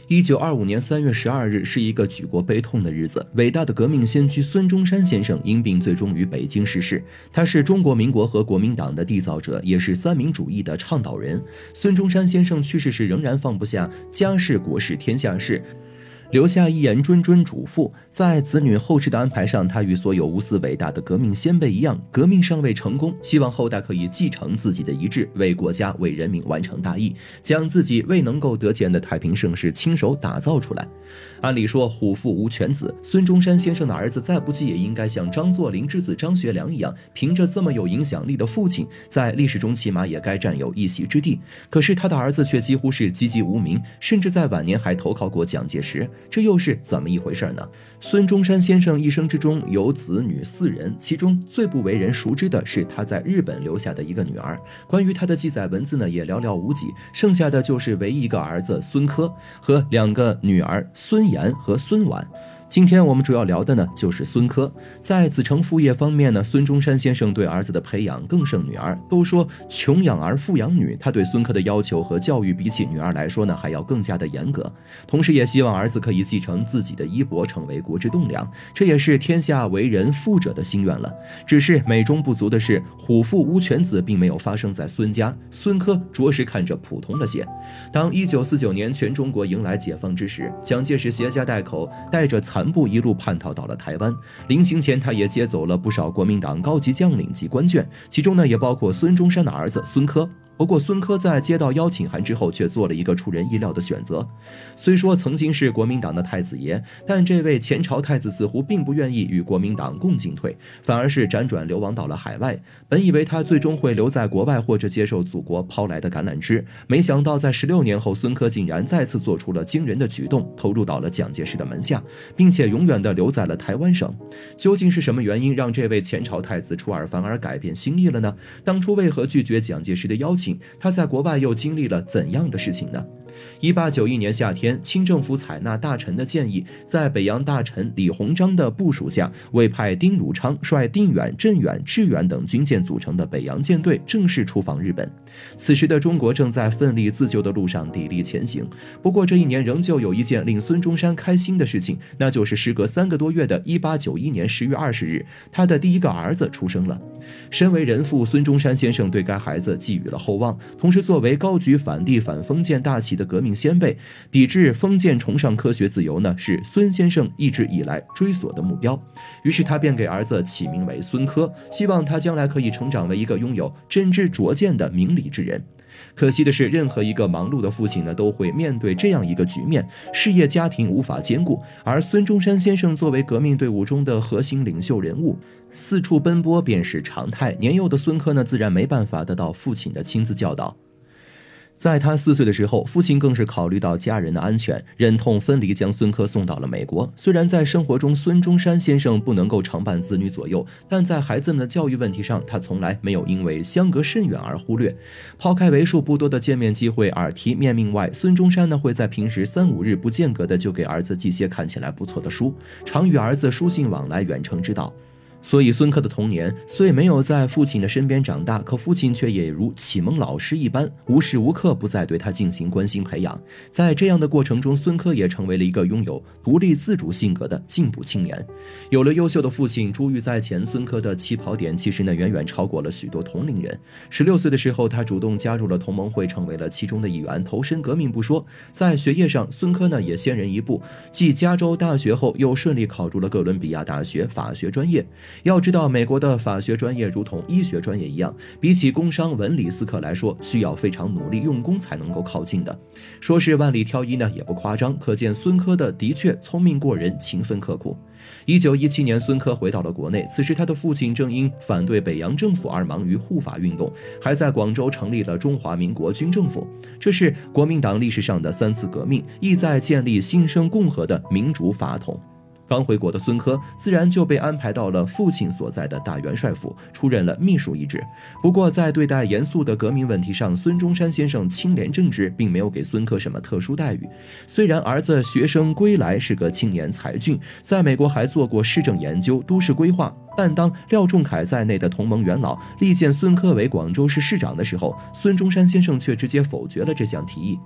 1925年3月12日是一个举国悲痛的日子，伟大的革命先驱孙中山先生因病最终于北京逝世。他是中国民国和国民党的缔造者，也是三民主义的倡导人。孙中山先生去世时仍然放不下家事国事天下事，留下一言谆谆嘱咐，在子女后事的安排上，他与所有无私伟大的革命先辈一样，革命尚未成功，希望后代可以继承自己的遗志，为国家为人民完成大义，将自己未能够得见的太平盛世亲手打造出来。按理说虎父无犬子，孙中山先生的儿子再不济也应该像张作霖之子张学良一样，凭着这么有影响力的父亲，在历史中起码也该占有一席之地。可是他的儿子却几乎是籍籍无名，甚至在晚年还投靠过蒋介石，这又是怎么一回事呢？孙中山先生一生之中有子女4人，其中最不为人熟知的是他在日本留下的一个女儿，关于他的记载文字呢也寥寥无几，剩下的就是唯一一个儿子孙科和2个女儿孙岩和孙婉。今天我们主要聊的呢就是孙科。在子承父业方面呢，孙中山先生对儿子的培养更胜女儿。都说穷养儿富养女，他对孙科的要求和教育比起女儿来说呢还要更加的严格，同时也希望儿子可以继承自己的衣钵，成为国之栋梁，这也是天下为人父者的心愿了。只是美中不足的是，虎父无犬子并没有发生在孙家，孙科着实看着普通了些。当1949年全中国迎来解放之时，蒋介石携家带口，带着残部一路叛逃到了台湾，临行前他也接走了不少国民党高级将领及官眷，其中呢也包括孙中山的儿子孙科。不过孙科在接到邀请函之后却做了一个出人意料的选择。虽说曾经是国民党的太子爷，但这位前朝太子似乎并不愿意与国民党共进退，反而是辗转流亡到了海外。本以为他最终会留在国外或者接受祖国抛来的橄榄枝，没想到在16年后，孙科竟然再次做出了惊人的举动，投入到了蒋介石的门下，并且永远地留在了台湾省。究竟是什么原因让这位前朝太子出尔反尔改变心意了呢？当初为何拒绝蒋介石的邀请？他在国外又经历了怎样的事情呢？1891年夏天，清政府采纳大臣的建议，在北洋大臣李鸿章的部署下，委派丁汝昌率定远、镇远、致远等军舰组成的北洋舰队正式出访日本。此时的中国正在奋力自救的路上砥砺前行。不过这一年仍旧有一件令孙中山开心的事情，那就是时隔3个多月的1891年10月20日，他的第一个儿子出生了。身为人父，孙中山先生对该孩子寄予了厚望，同时作为高举反帝反封建大旗的革命先辈，抵制封建崇尚科学自由呢，是孙先生一直以来追索的目标。于是他便给儿子起名为孙科，希望他将来可以成长为一个拥有真知灼见的明理之人。可惜的是，任何一个忙碌的父亲呢，都会面对这样一个局面，事业家庭无法兼顾，而孙中山先生作为革命队伍中的核心领袖人物，四处奔波便是常态。年幼的孙科呢，自然没办法得到父亲的亲自教导。在他4岁的时候，父亲更是考虑到家人的安全，忍痛分离，将孙科送到了美国。虽然在生活中孙中山先生不能够常伴子女左右，但在孩子们的教育问题上，他从来没有因为相隔甚远而忽略。抛开为数不多的见面机会、耳提面命外，孙中山呢会在平时3、5日不间隔的就给儿子寄些看起来不错的书，常与儿子书信往来，远程指导。所以孙科的童年虽没有在父亲的身边长大，可父亲却也如启蒙老师一般，无时无刻不在对他进行关心培养。在这样的过程中，孙科也成为了一个拥有独立自主性格的进步青年。有了优秀的父亲，珠玉在前，孙科的起跑点其实呢远远超过了许多同龄人。16岁的时候，他主动加入了同盟会，成为了其中的一员，投身革命不说，在学业上，孙科呢也先人一步，继加州大学后，又顺利考入了哥伦比亚大学法学专业。要知道，美国的法学专业如同医学专业一样，比起工商文理4科来说，需要非常努力用功才能够靠近的。说是万里挑一呢，也不夸张，可见孙科的确聪明过人，勤奋刻苦。1917年，孙科回到了国内，此时他的父亲正因反对北洋政府而忙于护法运动，还在广州成立了中华民国军政府。这是国民党历史上的3次革命，意在建立新生共和的民主法统。刚回国的孙科自然就被安排到了父亲所在的大元帅府，出任了秘书一职。不过在对待严肃的革命问题上，孙中山先生清廉正直，并没有给孙科什么特殊待遇。虽然儿子学生归来是个青年才俊，在美国还做过市政研究、都市规划，但当廖仲恺在内的同盟元老力荐孙科为广州市市长的时候，孙中山先生却直接否决了这项提议。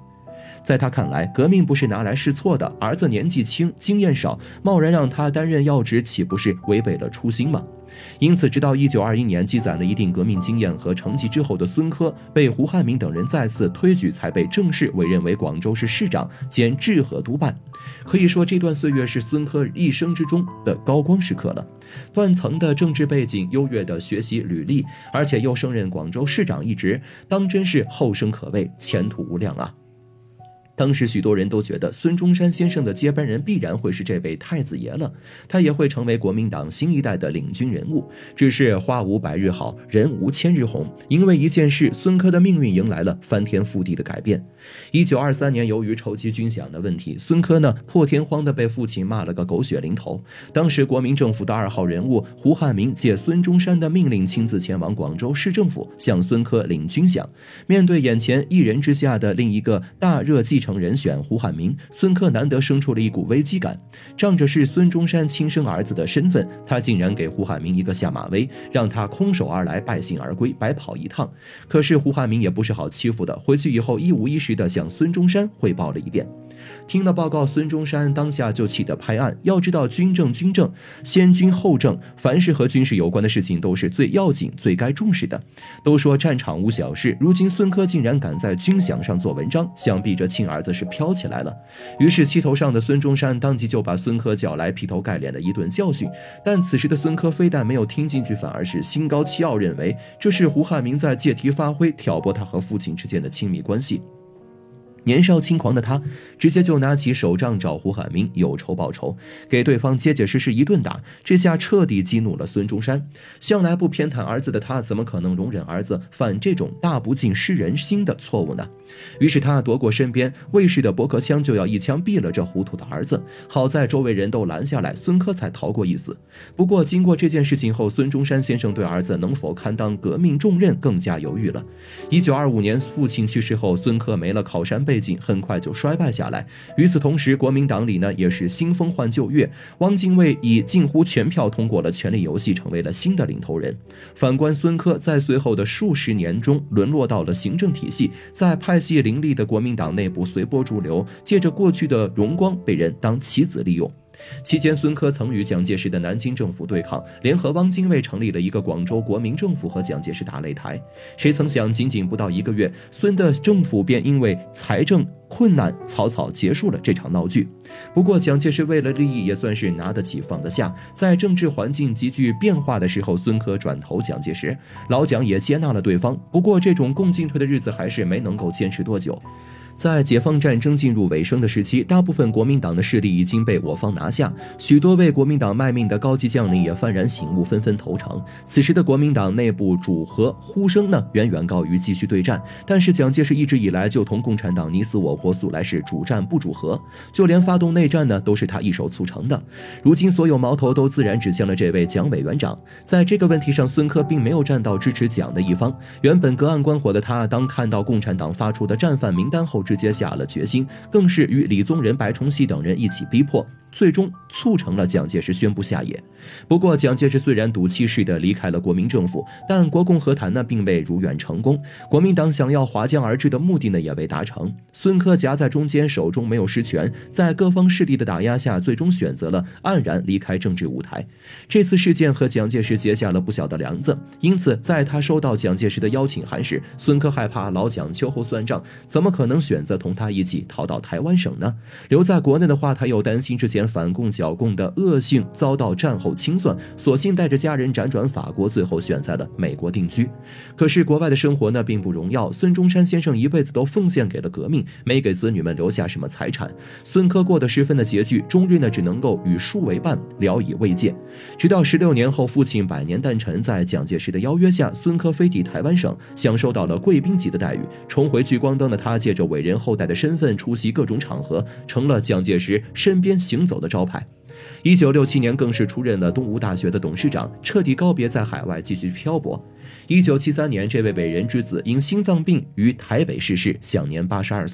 在他看来，革命不是拿来试错的，儿子年纪轻，经验少，贸然让他担任要职，岂不是违背了初心吗？因此，直到1921年积攒了一定革命经验和成绩之后的孙科，被胡汉民等人再次推举，才被正式委任为广州市市长兼治河督办。可以说，这段岁月是孙科一生之中的高光时刻了。断层的政治背景、优越的学习履历，而且又升任广州市长一职，当真是后生可畏，前途无量啊！当时许多人都觉得孙中山先生的接班人必然会是这位太子爷了，他也会成为国民党新一代的领军人物。只是花无百日好，人无千日红，因为一件事，孙科的命运迎来了翻天覆地的改变。1923年，由于筹集军饷的问题，孙科破天荒地被父亲骂了个狗血淋头。当时国民政府的2号人物胡汉民借孙中山的命令，亲自前往广州市政府向孙科领军饷。面对眼前一人之下的另一个大热继承人选胡汉民，孙科难得生出了一股危机感。仗着是孙中山亲生儿子的身份，他竟然给胡汉民一个下马威，让他空手而来，败兴而归，白跑一趟。可是胡汉民也不是好欺负的，回去以后一五一十地向孙中山汇报了一遍。听了报告，孙中山当下就气得拍案。要知道，军政先军后政，凡是和军事有关的事情都是最要紧、最该重视的。都说战场无小事，如今孙科竟然敢在军饷上做文章，想必这亲儿子是飘起来了。于是气头上的孙中山当即就把孙科叫来，劈头盖脸的一顿教训。但此时的孙科非但没有听进去，反而是心高气傲，认为这是胡汉民在借题发挥，挑拨他和父亲之间的亲密关系。年少轻狂的他直接就拿起手杖找胡汉民有仇报仇，给对方结结实实一顿打，这下彻底激怒了孙中山。向来不偏袒儿子的他，怎么可能容忍儿子犯这种大不敬失人心的错误呢？于是他夺过身边卫士的驳壳枪，就要一枪毙了这糊涂的儿子。好在周围人都拦下来，孙科才逃过一死。不过经过这件事情后，孙中山先生对儿子能否堪当革命重任更加犹豫了。1925年父亲去世后，孙科没了靠山背景，很快就衰败下来。与此同时，国民党里也是新风换旧月，汪精卫以近乎全票通过了权力游戏，成为了新的领头人。反观孙科，在随后的数十年中沦落到了行政体系，在派系林立的国民党内部随波逐流，借着过去的荣光被人当棋子利用。期间，孙科曾与蒋介石的南京政府对抗，联合汪精卫成立了一个广州国民政府，和蒋介石打擂台。谁曾想，仅仅不到1个月，孙的政府便因为财政困难草草结束了这场闹剧。不过蒋介石为了利益也算是拿得起放得下，在政治环境急剧变化的时候，孙科转投蒋介石，老蒋也接纳了对方。不过这种共进退的日子还是没能够坚持多久。在解放战争进入尾声的时期，大部分国民党的势力已经被我方拿下，许多为国民党卖命的高级将领也幡然醒悟，纷纷投诚。此时的国民党内部主和呼声远远高于继续对战，但是蒋介石一直以来就同共产党你死我活，素来是主战不主和，就连发动内战都是他一手促成的。如今所有矛头都自然指向了这位蒋委员长。在这个问题上，孙科并没有站到支持蒋的一方。原本隔岸观火的他，当看到共产党发出的战犯名单后，直接下了决心，更是与李宗仁、白崇禧等人一起逼迫，最终促成了蒋介石宣布下野。不过蒋介石虽然赌气似的离开了国民政府，但国共和谈并未如愿成功，国民党想要划江而治的目的也未达成。孙科夹在中间，手中没有实权，在各方势力的打压下，最终选择了黯然离开政治舞台。这次事件和蒋介石结下了不小的梁子，因此在他收到蒋介石的邀请函时，孙科害怕老蒋秋后算账，怎么可能选择同他一起逃到台湾省呢？留在国内的话，他又担心之前反共剿共的恶性遭到战后清算，索性带着家人辗转法国，最后选在了美国定居。可是国外的生活并不荣耀，孙中山先生一辈子都奉献给了革命，没给子女们留下什么财产。孙科过得十分的拮据，终日只能够与书为伴，聊以慰藉。直到16年后，父亲百年诞辰，在蒋介石的邀约下，孙科飞抵台湾省，享受到了贵宾级的待遇。重回聚光灯的他，借着伟人后代的身份出席各种场合，成了蒋介石身边行走的招牌。1967年更是出任了东吴大学的董事长，彻底告别在海外继续漂泊。1973年，这位伟人之子因心脏病于台北逝世，享年82岁。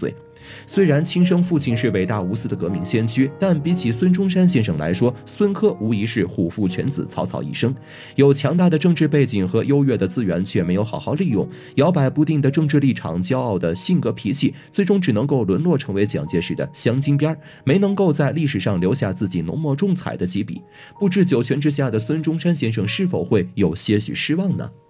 虽然亲生父亲是伟大无私的革命先驱，但比起孙中山先生来说，孙科无疑是虎父犬子，草草一生，有强大的政治背景和优越的资源，却没有好好利用，摇摆不定的政治立场，骄傲的性格脾气，最终只能够沦落成为蒋介石的镶金边，没能够在历史上留下自己浓墨重彩的几笔。不知九泉之下的孙中山先生是否会有些许失望呢？